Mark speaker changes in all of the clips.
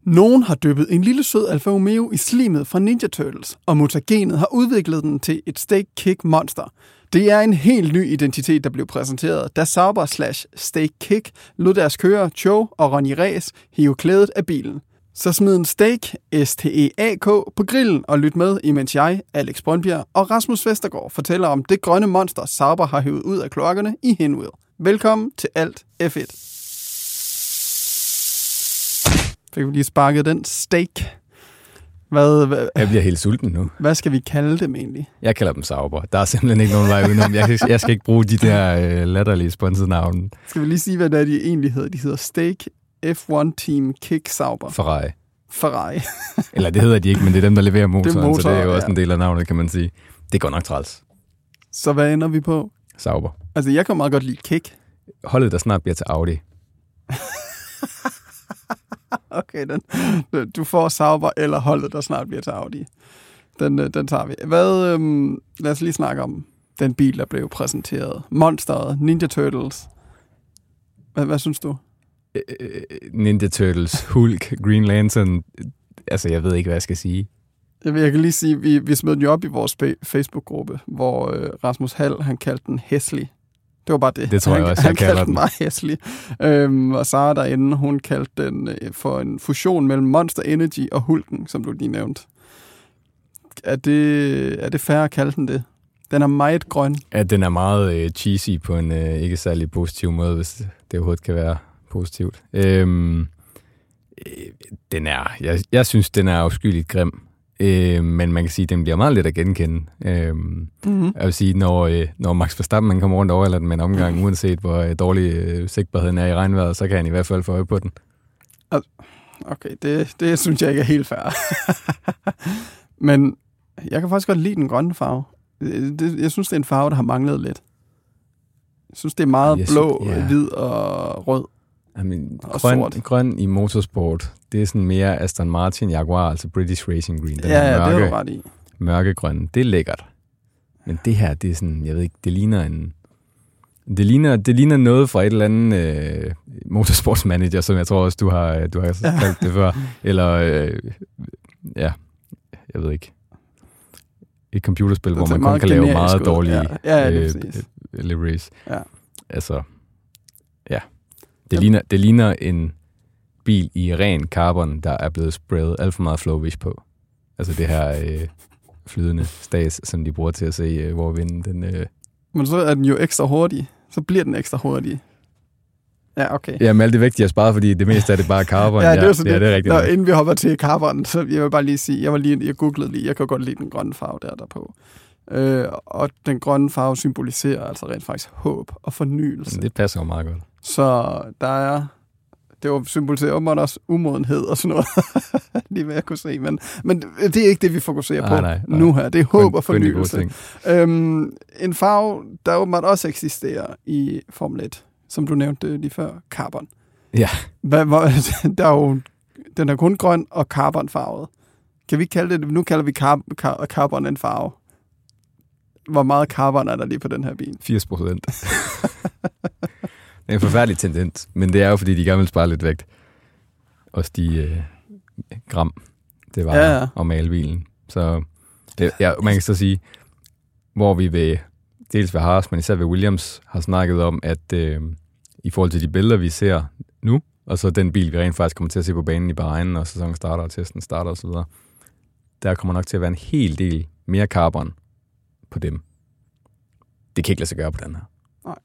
Speaker 1: Nogen har dyppet en lille sød Alfa Romeo i slimet fra Ninja Turtles, og mutagenet har udviklet den til et Steak Kick monster. Det er en helt ny identitet, der blev præsenteret, da Sauber/Steak Kick lod deres kører Cho og Ronny Ræs hive klædet af bilen. Så smid en steak, STEAK, på grillen og lyt med, imens jeg, Alex Brøndbjerg og Rasmus Vestergaard fortæller om det grønne monster, Sauber har hævet ud af kloakkerne i Hinwil. Velkommen til Alt F1. Fik vi lige sparket den steak.
Speaker 2: Jeg bliver helt sulten nu.
Speaker 1: Hvad skal vi kalde dem egentlig?
Speaker 2: Jeg kalder dem Sauber. Der er simpelthen ikke nogen vej udenom. Jeg skal ikke bruge de der latterlige sponsornavne.
Speaker 1: Skal vi lige sige, hvad det er, de egentlig hedder? De hedder Steak F1 Team Kick Sauber. Ferrari. Eller
Speaker 2: det hedder de ikke, men det er dem, der leverer motoren, så det er jo også en del af navnet, kan man sige. Det går nok træls.
Speaker 1: Så hvad ender vi på?
Speaker 2: Sauber.
Speaker 1: Altså, jeg kan meget godt lide Kick.
Speaker 2: Holdet, der snart bliver til Audi.
Speaker 1: Okay, du får Sauber eller holdet, der snart bliver til Audi. Den tager vi. Lad os lige snakke om den bil, der blev præsenteret. Monsteret, Ninja Turtles. Hvad synes du?
Speaker 2: Ninja Turtles, Hulk, Green Lantern. Altså, jeg ved ikke, hvad jeg skal sige.
Speaker 1: Jeg kan lige sige, vi smed den jo op i vores Facebook-gruppe, hvor Rasmus Hall, han kaldte den hæslig. Det var bare det.
Speaker 2: Det tror jeg også, jeg kalder den.
Speaker 1: Meget hæslig. Og Sara derinde, hun kaldte den for en fusion mellem Monster Energy og Hulken, som du lige nævnte. Er det fair at kalde den det? Den er meget grøn.
Speaker 2: Ja, den er meget cheesy på en ikke særlig positiv måde, hvis det overhovedet kan være positivt. Jeg synes, den er afskyeligt grim. Men man kan sige, at den bliver meget let at genkende. Jeg vil sige, når Max Verstappen man kommer rundt og overlader den med en omgang, uanset hvor dårlig sigtbarheden er i regnvejret, så kan han i hvert fald få øje på den.
Speaker 1: Okay, det synes jeg ikke er helt fair. Men jeg kan faktisk godt lide den grønne farve. Jeg synes, det er en farve, der har manglet lidt. Jeg synes, det er meget blå, hvid og rød.
Speaker 2: Jamen, grøn i motorsport, det er sådan mere Aston Martin Jaguar, altså British Racing Green. Den
Speaker 1: mørke, det er du ret i.
Speaker 2: Mørkegrøn, det er lækkert. Men det her, det er sådan, jeg ved ikke, det ligner noget fra et eller andet motorsportsmanager, som jeg tror også, du har kaldt det før. Eller, jeg ved ikke. Et computerspil, hvor man kun kan lave meget dårlige liveries. Ja. Altså, ja. Det ligner en bil i ren carbon, der er blevet sprayet alt for meget Flowwish på. Altså det her flydende stads, som de bruger til at se, hvor vinden den...
Speaker 1: Men så er den jo ekstra hurtig. Så bliver den ekstra hurtig. Ja, okay.
Speaker 2: Ja, men alt det vigtige er sparet, fordi det meste af det bare carbon.
Speaker 1: Det er det er rigtigt. Inden vi hopper til carbon, så jeg vil bare lige sige, jeg googlede lige, jeg kan godt lide den grønne farve derpå. Og den grønne farve symboliserer altså rent faktisk håb og fornyelse.
Speaker 2: Det passer jo meget godt.
Speaker 1: Så det var symboliserer åbenbart også umodenhed og sådan noget, lige hvad jeg kunne se. Men det er ikke det, vi fokuserer på nu her. Det er håb og fornyelse. En farve, der åbenbart også eksisterer i Formel 1, som du nævnte lige før, carbon.
Speaker 2: Ja.
Speaker 1: Den er kun grøn og carbonfarvet. Kan vi kalde det? Nu kalder vi carbon en farve. Hvor meget carbon er der lige på den her bil?
Speaker 2: 80%. Det er en forfærdelig tendens, men det er jo, fordi de gerne vil spare lidt vægt. Også de gram, det var at male bilen. Så man kan så sige, hvor vi ved, dels ved Haas, men især ved Williams, har snakket om, at i forhold til de billeder, vi ser nu, og så den bil, vi rent faktisk kommer til at se på banen i Bahrain, når sæsonen starter, og testen starter osv., der kommer nok til at være en hel del mere carbon på dem. Det kan ikke lade sig gøre på den her.
Speaker 1: Nej.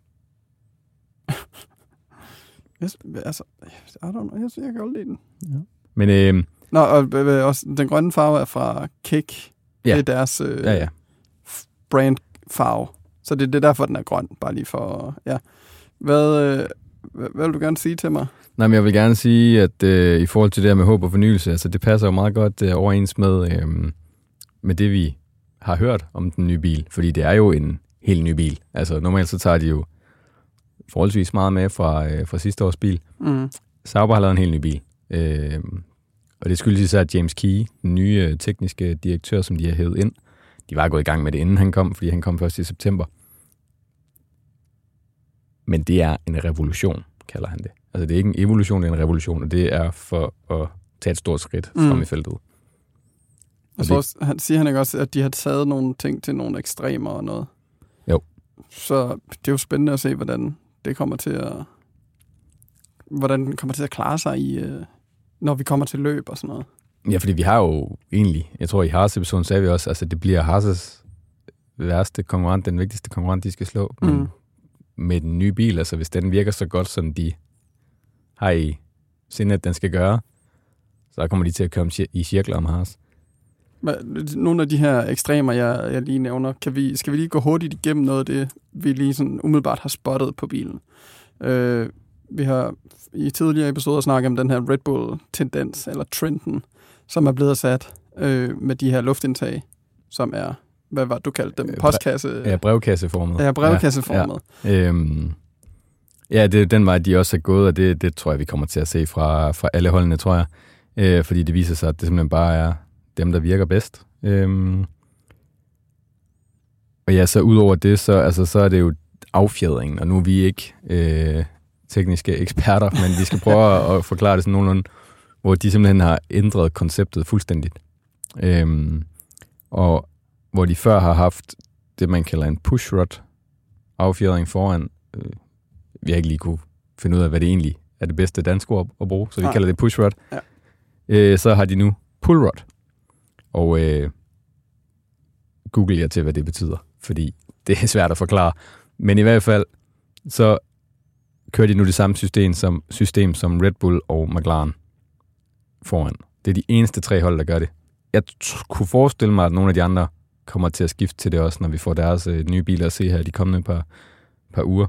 Speaker 1: Altså, I don't know. Jeg kan godt lide den. Ja.
Speaker 2: Men,
Speaker 1: også den grønne farve er fra Kick. Det er deres brandfarve. Så det er derfor, den er grøn. Bare lige for... Ja. Hvad vil du gerne sige til mig?
Speaker 2: Nej, men jeg vil gerne sige, at i forhold til det her med håb og fornyelse, altså det passer jo meget godt overens med det, vi har hørt om den nye bil. Fordi det er jo en helt ny bil. Altså normalt så tager de jo forholdsvis meget med fra sidste års bil. Sauber har lavet en helt ny bil. Og det skyldes især James Key, den nye tekniske direktør, som de har hævet ind. De var gået i gang med det, inden han kom, fordi han kom først i september. Men det er en revolution, kalder han det. Altså det er ikke en evolution, det er en revolution, og det er for at tage et stort skridt frem i feltet.
Speaker 1: Og så siger han ikke også, at de har taget nogle ting til nogle ekstremer og noget?
Speaker 2: Jo.
Speaker 1: Så det er jo spændende at se, hvordan det kommer til at klare sig når vi kommer til løb og sådan noget.
Speaker 2: Ja, fordi vi har jo egentlig, jeg tror i Haas-episoden sagde vi også, altså det bliver Haas' værste konkurrent, den vigtigste konkurrent, de skal slå. Men med den nye bil, altså hvis den virker så godt, som de har i sinde, at den skal gøre, så kommer de til at komme i cirkler om Haas.
Speaker 1: Nogle af de her ekstremer, jeg lige nævner, skal vi lige gå hurtigt igennem noget af det, vi lige sådan umiddelbart har spottet på bilen. Vi har i tidligere episoder snakket om den her Red Bull-tendens, eller trenden, som er blevet sat med de her luftindtag, som er, hvad var du kaldte dem? Postkasse?
Speaker 2: Ja, brevkasseformet.
Speaker 1: Ja, brevkasseformet.
Speaker 2: Ja, det er den vej, de også er gået, og det tror jeg, vi kommer til at se fra alle holdene, tror jeg. Fordi det viser sig, at det simpelthen bare er dem, der virker bedst. Og ja, så udover det, så er det jo affjedringen, og nu er vi ikke tekniske eksperter, men vi skal prøve at forklare det sådan nogenlunde, hvor de simpelthen har ændret konceptet fuldstændigt. Og hvor de før har haft det, man kalder en pushrod affjedring foran. Vi har ikke lige kunne finde ud af, hvad det egentlig er det bedste danske ord at bruge, så vi kalder det pushrod. Ja. Så har de nu pullrod. Og google jer til, hvad det betyder, fordi det er svært at forklare. Men i hvert fald, så kører de nu det samme system som Red Bull og McLaren foran. Det er de eneste 3 hold, der gør det. Jeg kunne forestille mig, at nogle af de andre kommer til at skifte til det også, når vi får deres nye biler at se her de kommende par uger.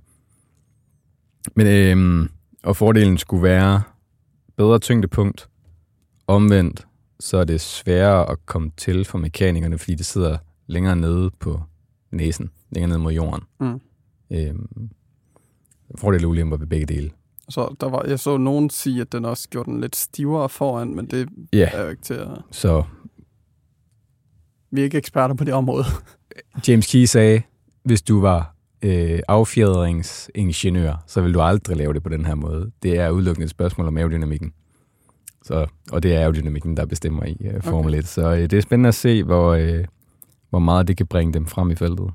Speaker 2: Men og fordelen skulle være bedre tyngdepunkt. Omvendt, så er det sværere at komme til for mekanikerne, fordi det sidder længere nede på næsen, længere nede mod jorden. Fordele og ulemper ved begge dele.
Speaker 1: Så jeg så nogen sige, at den også gjorde den lidt stivere foran, men det er jo ikke til at...
Speaker 2: Så
Speaker 1: vi er ikke eksperter på det område.
Speaker 2: James Key sagde, hvis du var affjedringsingeniør, så vil du aldrig lave det på den her måde. Det er udelukkende et spørgsmål om aerodynamikken. Og det er aerodynamikken, der bestemmer i Formel 1. Så det er spændende at se, hvor meget det kan bringe dem frem i feltet.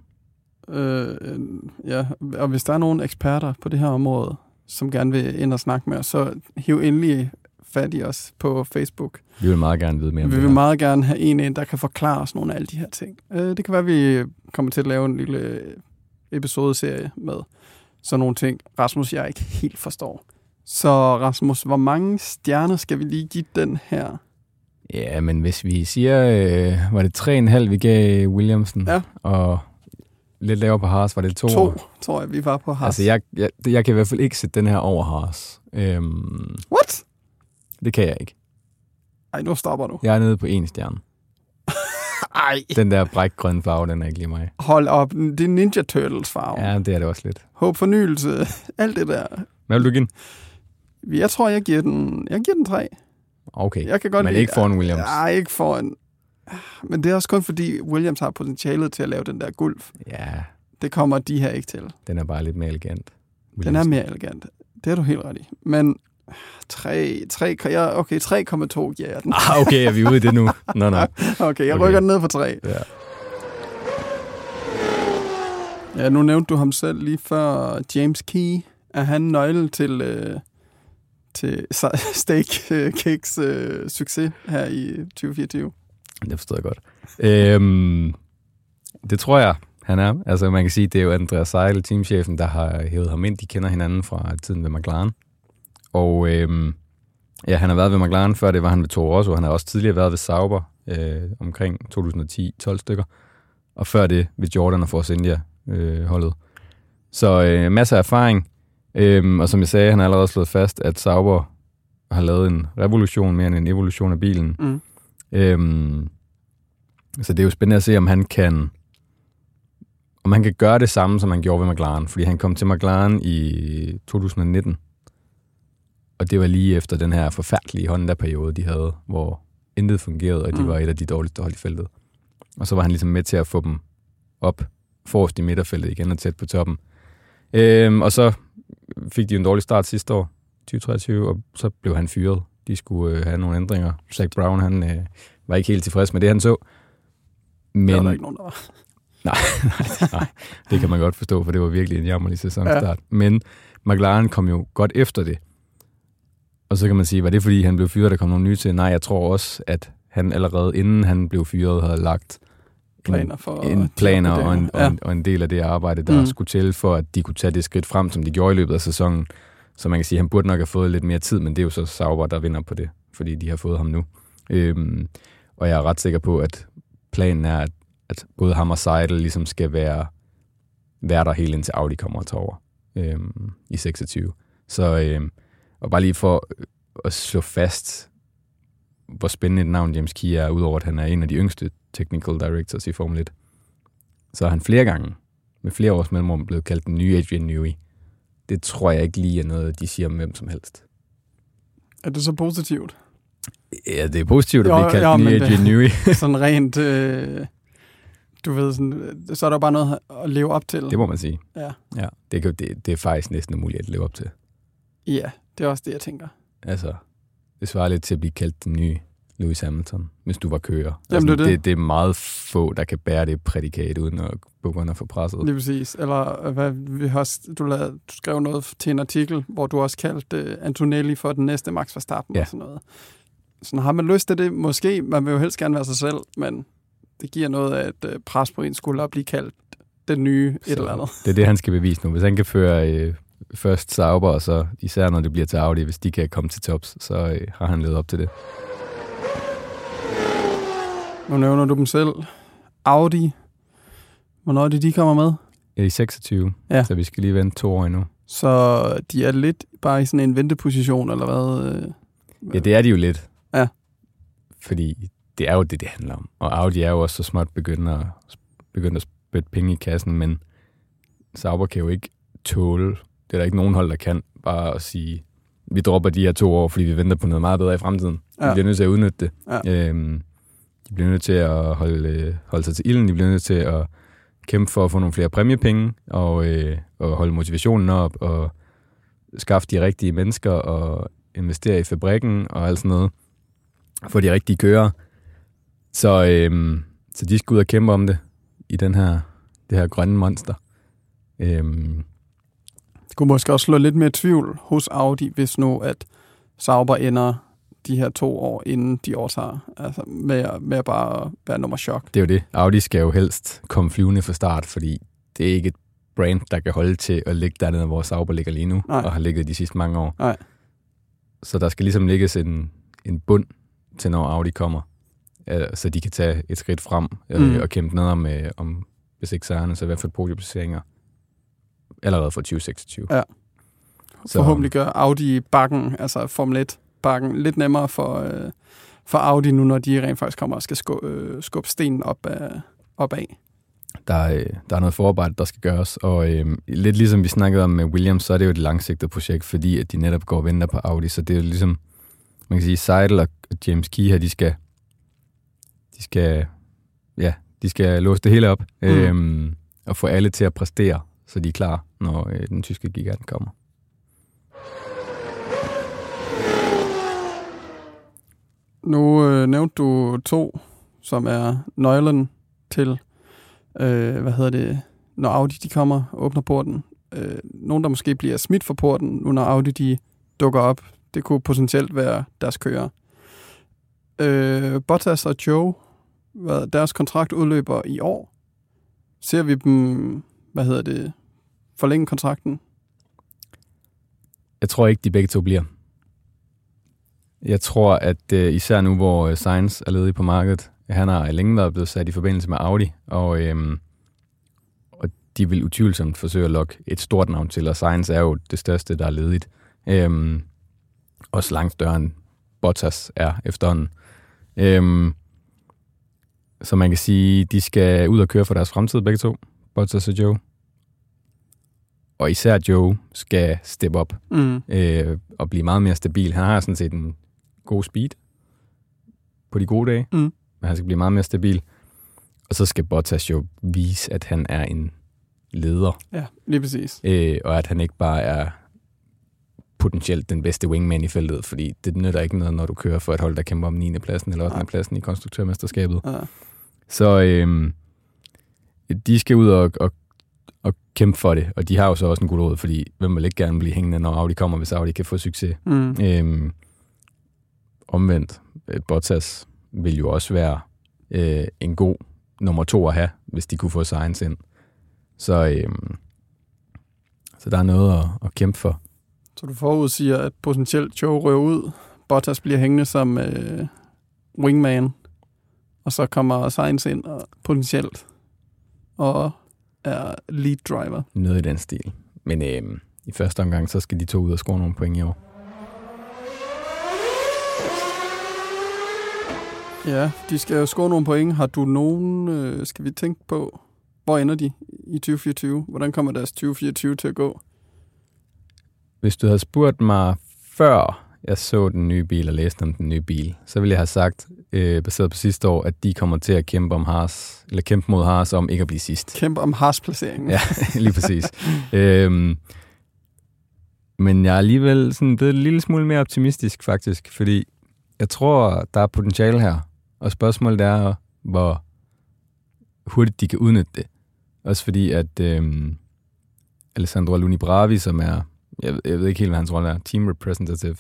Speaker 1: Ja, og hvis der er nogle eksperter på det her område, som gerne vil ind og snakke med os, så hiv endelig fat i os på Facebook.
Speaker 2: Vi vil meget gerne vide mere om det.
Speaker 1: Vi vil meget gerne have en, der kan forklare os nogle af alle de her ting. Det kan være, at vi kommer til at lave en lille episodeserie med sådan nogle ting, Rasmus jeg ikke helt forstår. Så Rasmus, hvor mange stjerner skal vi lige give den her?
Speaker 2: Ja, men hvis vi siger, var det 3,5 vi gav Williamsen, og lidt lavere på Haas, var det 2?
Speaker 1: 2, tror jeg, vi var på Haas.
Speaker 2: Altså, jeg kan i hvert fald ikke sætte den her over Haas.
Speaker 1: What?
Speaker 2: Det kan jeg ikke.
Speaker 1: Ej, nu stopper du.
Speaker 2: Jeg er nede på 1 stjerne.
Speaker 1: Ej.
Speaker 2: Den der brækgrønne farve, den er ikke lige mig.
Speaker 1: Hold op, det er Ninja Turtles farve.
Speaker 2: Ja, det er det også lidt.
Speaker 1: Håb, fornyelse, alt det der.
Speaker 2: Hvad vil du give den?
Speaker 1: Jeg tror, jeg giver den 3.
Speaker 2: Okay,
Speaker 1: jeg kan godt
Speaker 2: men ikke foran Williams.
Speaker 1: Nej, ikke foran. Men det er også kun fordi, Williams har potentialet til at lave den der gulf.
Speaker 2: Ja.
Speaker 1: Det kommer de her ikke til.
Speaker 2: Den er bare lidt mere elegant.
Speaker 1: Williams. Den er mere elegant. Det er du helt ret i. Men 3,2 giver jeg den.
Speaker 2: Okay, er vi ude i det nu? Nå.
Speaker 1: Okay, jeg rykker den ned på 3.
Speaker 2: Ja.
Speaker 1: Ja, nu nævnte du ham selv lige før. James Key. Er han nøgle til Steak Kicks succes her i 2024?
Speaker 2: Det forstår jeg godt. Det tror jeg, han er. Altså man kan sige, det er jo Andreas Seidl, teamchefen, der har hævet ham ind. De kender hinanden fra tiden ved McLaren. Og han har været ved McLaren, før det var han ved Toro Rosso. Han har også tidligere været ved Sauber omkring 2010-12 stykker. Og før det ved Jordan og Force India holdet. Så masser af erfaring. Og som jeg sagde, han har allerede slået fast, at Sauber har lavet en revolution mere end en evolution af bilen. Så det er jo spændende at se, om han kan gøre det samme, som han gjorde ved McLaren. Fordi han kom til McLaren i 2019. Og det var lige efter den her forfærdelige Honda-periode, de havde, hvor intet fungerede, og de var et af de dårligste hold i feltet. Og så var han ligesom med til at få dem op forrest i midterfeltet igen og tæt på toppen. Og så fik de en dårlig start sidste år, 2023, og så blev han fyret de skulle have nogle ændringer. Zach Brown, han var ikke helt tilfreds med det, han så. Men...
Speaker 1: Det var der ikke nogen, der var.
Speaker 2: Nej, det kan man godt forstå, for det var virkelig en jammerlig sæsonstart. Ja. Men McLaren kom jo godt efter det. Og så kan man sige, var det fordi, han blev fyret, der kom nogle nye til? Nej, jeg tror også, at han allerede inden han blev fyret, havde lagt planer og en del af det arbejde, der skulle til, for at de kunne tage det skridt frem, som de gjorde i løbet af sæsonen. Så man kan sige, at han burde nok have fået lidt mere tid, men det er jo så Sauber, der vinder på det, fordi de har fået ham nu. Og jeg er ret sikker på, at planen er, at både ham og Seidel ligesom skal være der helt indtil Audi kommer og tager over i 26. Så og bare lige for at slå fast, hvor spændende et navn James Key er, udover at han er en af de yngste technical directors i Formel 1, så er han flere gange, med flere års mellemrum, blevet kaldt den nye Adrian Newey. Det tror jeg ikke lige er noget, de siger om hvem som helst.
Speaker 1: Er det så positivt?
Speaker 2: Ja, det er positivt at blive kaldt den nye Adrian Newey.
Speaker 1: Sådan rent, du ved, sådan, så er der bare noget at leve op til.
Speaker 2: Det må man sige.
Speaker 1: Ja.
Speaker 2: Det er faktisk næsten umuligt at leve op til.
Speaker 1: Ja, det er også det, jeg tænker.
Speaker 2: Altså, det svarer lidt til at blive kaldt den nye Lewis Hamilton, hvis du var kører.
Speaker 1: Jamen,
Speaker 2: altså, det er meget få, der kan bære det prædikat uden at begynde at få presset.
Speaker 1: Lige præcis. Eller du skrev noget til en artikel, hvor du også kaldte Antonelli for den næste Max Verstappen og sådan noget. Sådan har man lyst til det? Måske. Man vil jo helst gerne være sig selv, men det giver noget af et pres på en skulder at blive kaldt den nye et eller andet.
Speaker 2: Det er det, han skal bevise nu. Hvis han kan føre først Sauber, og så især når det bliver til Audi, hvis de kan komme til tops, så har han levet op til det.
Speaker 1: Nu nævner du dem selv. Audi. Hvornår er det, de kommer med?
Speaker 2: I 26, så vi skal lige vente 2 år endnu.
Speaker 1: Så de er lidt bare i sådan en venteposition, eller hvad?
Speaker 2: Ja, det er de jo lidt.
Speaker 1: Ja.
Speaker 2: Fordi det er jo det handler om. Og Audi er jo også så småt begyndt at spytte penge i kassen, men Sauber kan jo ikke tåle, det er der ikke nogen hold, der kan, bare at sige, vi dropper de her 2 år, fordi vi venter på noget meget bedre i fremtiden. Ja. De bliver nødt til at udnytte det. Ja. De bliver nødt til at holde sig til ilden, de bliver nødt til at kæmpe for at få nogle flere præmiepenge, og holde motivationen op, og skaffe de rigtige mennesker, og investere i fabrikken, og alt sådan noget, for de rigtige kører. Så de skal ud og kæmpe om det, i det her grønne monster.
Speaker 1: Det kunne måske også slå lidt mere tvivl hos Audi, hvis nu, at Sauber ender de her 2 år, inden de overtager, altså med bare være nummer chok.
Speaker 2: Det er jo det. Audi skal jo helst komme flyvende fra start, fordi det er ikke et brand, der kan holde til at ligge dernede, hvor Sauber ligger lige nu, og har ligget de sidste mange år.
Speaker 1: Nej.
Speaker 2: Så der skal ligesom ligges en bund til, når Audi kommer, så de kan tage et skridt frem og kæmpe noget om hvis ikke sejrene, så i hvert fald podieplaceringer allerede for 2026.
Speaker 1: Ja. Forhåbentlig gør Audi bakken, altså Formel 1 bakken, lidt nemmere for Audi nu, når de rent faktisk kommer og skal skubbe stenen opad.
Speaker 2: Der er noget forarbejde, der skal gøres, og lidt ligesom vi snakkede om med Williams, så er det jo et langsigtet projekt, fordi at de netop går og venter på Audi, så det er jo ligesom, man kan sige, Seidel og James Key her, de skal låse det hele op, og få alle til at præstere, så de er klar, når den tyske gigant kommer.
Speaker 1: Nu nævnte du 2, som er nøglen til, når Audi de kommer og åbner porten. Nogen, der måske bliver smidt for porten, nu når Audi de dukker op. Det kunne potentielt være deres kører. Bottas og Joe, deres kontrakt udløber i år. Ser vi dem, forlænge kontrakten?
Speaker 2: Jeg tror ikke, de begge to bliver. Jeg tror, at især nu, hvor Sainz er ledig på markedet, han har længe været blevet sat i forbindelse med Audi, og de vil utvivlsomt forsøge at lokke et stort navn til, og Sainz er jo det største, der er ledigt. Også langt større end Bottas er efterhånden. Så man kan sige, de skal ud og køre for deres fremtid, begge to, Bottas og Joe. Og især Joe skal steppe op og blive meget mere stabil. Han har sådan set en god speed på de gode dage, men han skal blive meget mere stabil. Og så skal Bottas jo vise, at han er en leder.
Speaker 1: Ja, lige præcis.
Speaker 2: Og at han ikke bare er potentielt den bedste wingman i feltet, fordi det nytter ikke noget, når du kører for et hold, der kæmper om 9. pladsen eller 8. pladsen i konstruktørmesterskabet. Ja. Så de skal ud og kæmpe for det, og de har jo så også en god råd, fordi hvem vil ikke gerne blive hængende, når Audi kommer, hvis Audi kan få succes. Omvendt, Bottas vil jo også være en god nummer 2 at have, hvis de kunne få Sainz ind. Så der er noget at kæmpe for.
Speaker 1: Så du forudsiger, at potentielt Joe rører ud, Bottas bliver hængende som wingman, og så kommer Sainz ind og potentielt og er lead driver.
Speaker 2: Noget i den stil. Men i første omgang, så skal de 2 ud og score nogle point i år.
Speaker 1: Ja, de skal jo score nogle point. Har du nogen, skal vi tænke på, hvor ender de i 2024? Hvordan kommer deres 2024 til at gå?
Speaker 2: Hvis du havde spurgt mig før jeg så den nye bil og læste om den nye bil, så ville jeg have sagt, baseret på sidste år, at de kommer til at kæmpe mod Haas om ikke at blive sidst.
Speaker 1: Kæmpe om Haas-placeringen.
Speaker 2: Ja, lige præcis. Men jeg er alligevel sådan blevet en lille smule mere optimistisk faktisk, fordi jeg tror, der er potentiale her. Og spørgsmålet er, hvor hurtigt de kan udnytte det. Også fordi, at Alessandro Aluni Bravi, som er, jeg ved ikke helt, hvad hans rolle er, team representative,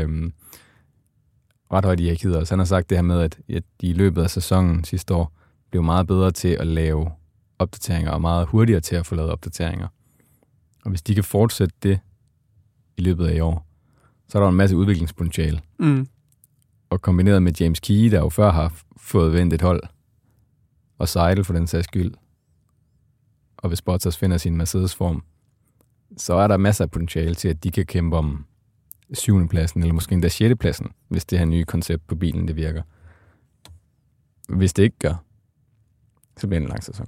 Speaker 2: ret højt i hierarkiet også. Han har sagt det her med, at de i løbet af sæsonen sidste år blev meget bedre til at lave opdateringer, og meget hurtigere til at få lavet opdateringer. Og hvis de kan fortsætte det i løbet af i år, så er der en masse udviklingspotentiale. Og kombineret med James Key, der jo før har fået vendt et hold, og Seidel for den sags skyld, og hvis Bottas finder sin Mercedes-form, så er der masser af potentiale til, at de kan kæmpe om 7. pladsen, eller måske endda 6. pladsen, hvis det her nye koncept på bilen, det virker. Hvis det ikke gør, så bliver det en lang sæson.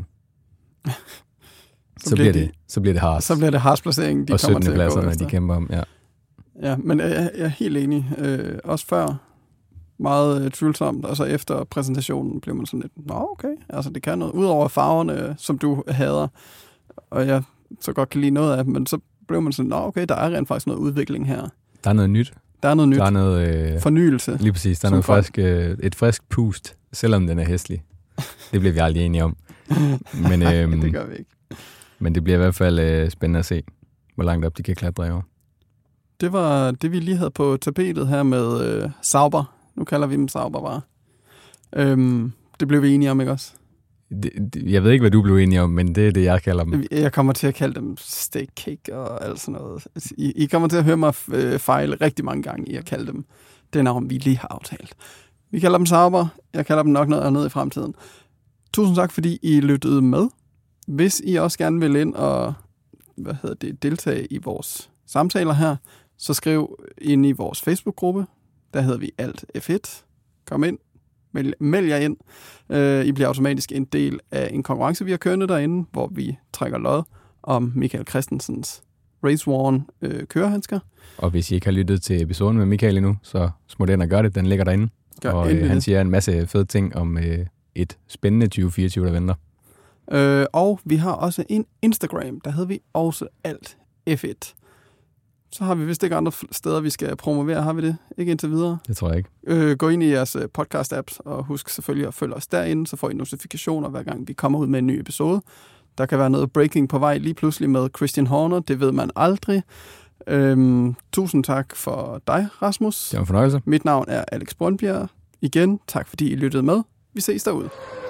Speaker 2: så bliver det Haas.
Speaker 1: Så bliver det Haas-placeringen, de
Speaker 2: og
Speaker 1: kommer til at gå
Speaker 2: efter. Og 17.
Speaker 1: efter.
Speaker 2: De kæmper om, ja.
Speaker 1: Ja, men jeg er helt enig. Også før, meget tvivlsomt, og så efter præsentationen blev man sådan lidt, okay, altså det kan noget. Udover farverne, som du hader, og jeg så godt kan lide noget af, men så blev man sådan, okay, der er rent faktisk noget udvikling her.
Speaker 2: Der er noget nyt.
Speaker 1: Der er noget nyt.
Speaker 2: Der er noget
Speaker 1: fornyelse.
Speaker 2: Lige præcis. Der er noget frisk, et frisk pust, selvom den er hæslig. Det bliver vi aldrig enige om. Men,
Speaker 1: det gør vi ikke.
Speaker 2: Men det bliver i hvert fald spændende at se, hvor langt op de kan klatre i år.
Speaker 1: Det var det, vi lige havde på tapetet her med Sauber. Nu kalder vi dem Sauber bare. Det blev vi enige om, ikke også?
Speaker 2: Jeg ved ikke, hvad du blev enige om, men det er det, jeg kalder dem.
Speaker 1: Jeg kommer til at kalde dem steak cake og alt sådan noget. I kommer til at høre mig fejle rigtig mange gange i at kalde dem det navn, vi lige har aftalt. Vi kalder dem Sauber. Jeg kalder dem nok noget andet i fremtiden. Tusind tak, fordi I lyttede med. Hvis I også gerne vil ind og deltage i vores samtaler her, så skriv ind i vores Facebook-gruppe. Der hedder vi Alt F1. Kom ind. Meld jer ind. I bliver automatisk en del af en konkurrence, vi har kørende derinde, hvor vi trækker lod om Michael Christensens Race Worn kørehandsker. Og
Speaker 2: hvis I ikke har lyttet til episoden med Michael endnu, så smut ind og gør det. Den ligger derinde. Han siger en masse fede ting om et spændende 2024, der venter.
Speaker 1: Og vi har også en Instagram. Der hedder vi også Alt F1. Så har vi vist ikke andre steder, vi skal promovere. Har vi det? Ikke indtil videre?
Speaker 2: Det tror jeg ikke.
Speaker 1: Gå ind i jeres podcast-apps, og husk selvfølgelig at følge os derinde, så får I notifikationer, hver gang vi kommer ud med en ny episode. Der kan være noget breaking på vej lige pludselig med Christian Horner. Det ved man aldrig. Tusind tak for dig, Rasmus.
Speaker 2: Det var en fornøjelse.
Speaker 1: Mit navn er Alex Brøndbjerg. Igen, tak fordi I lyttede med. Vi ses derude.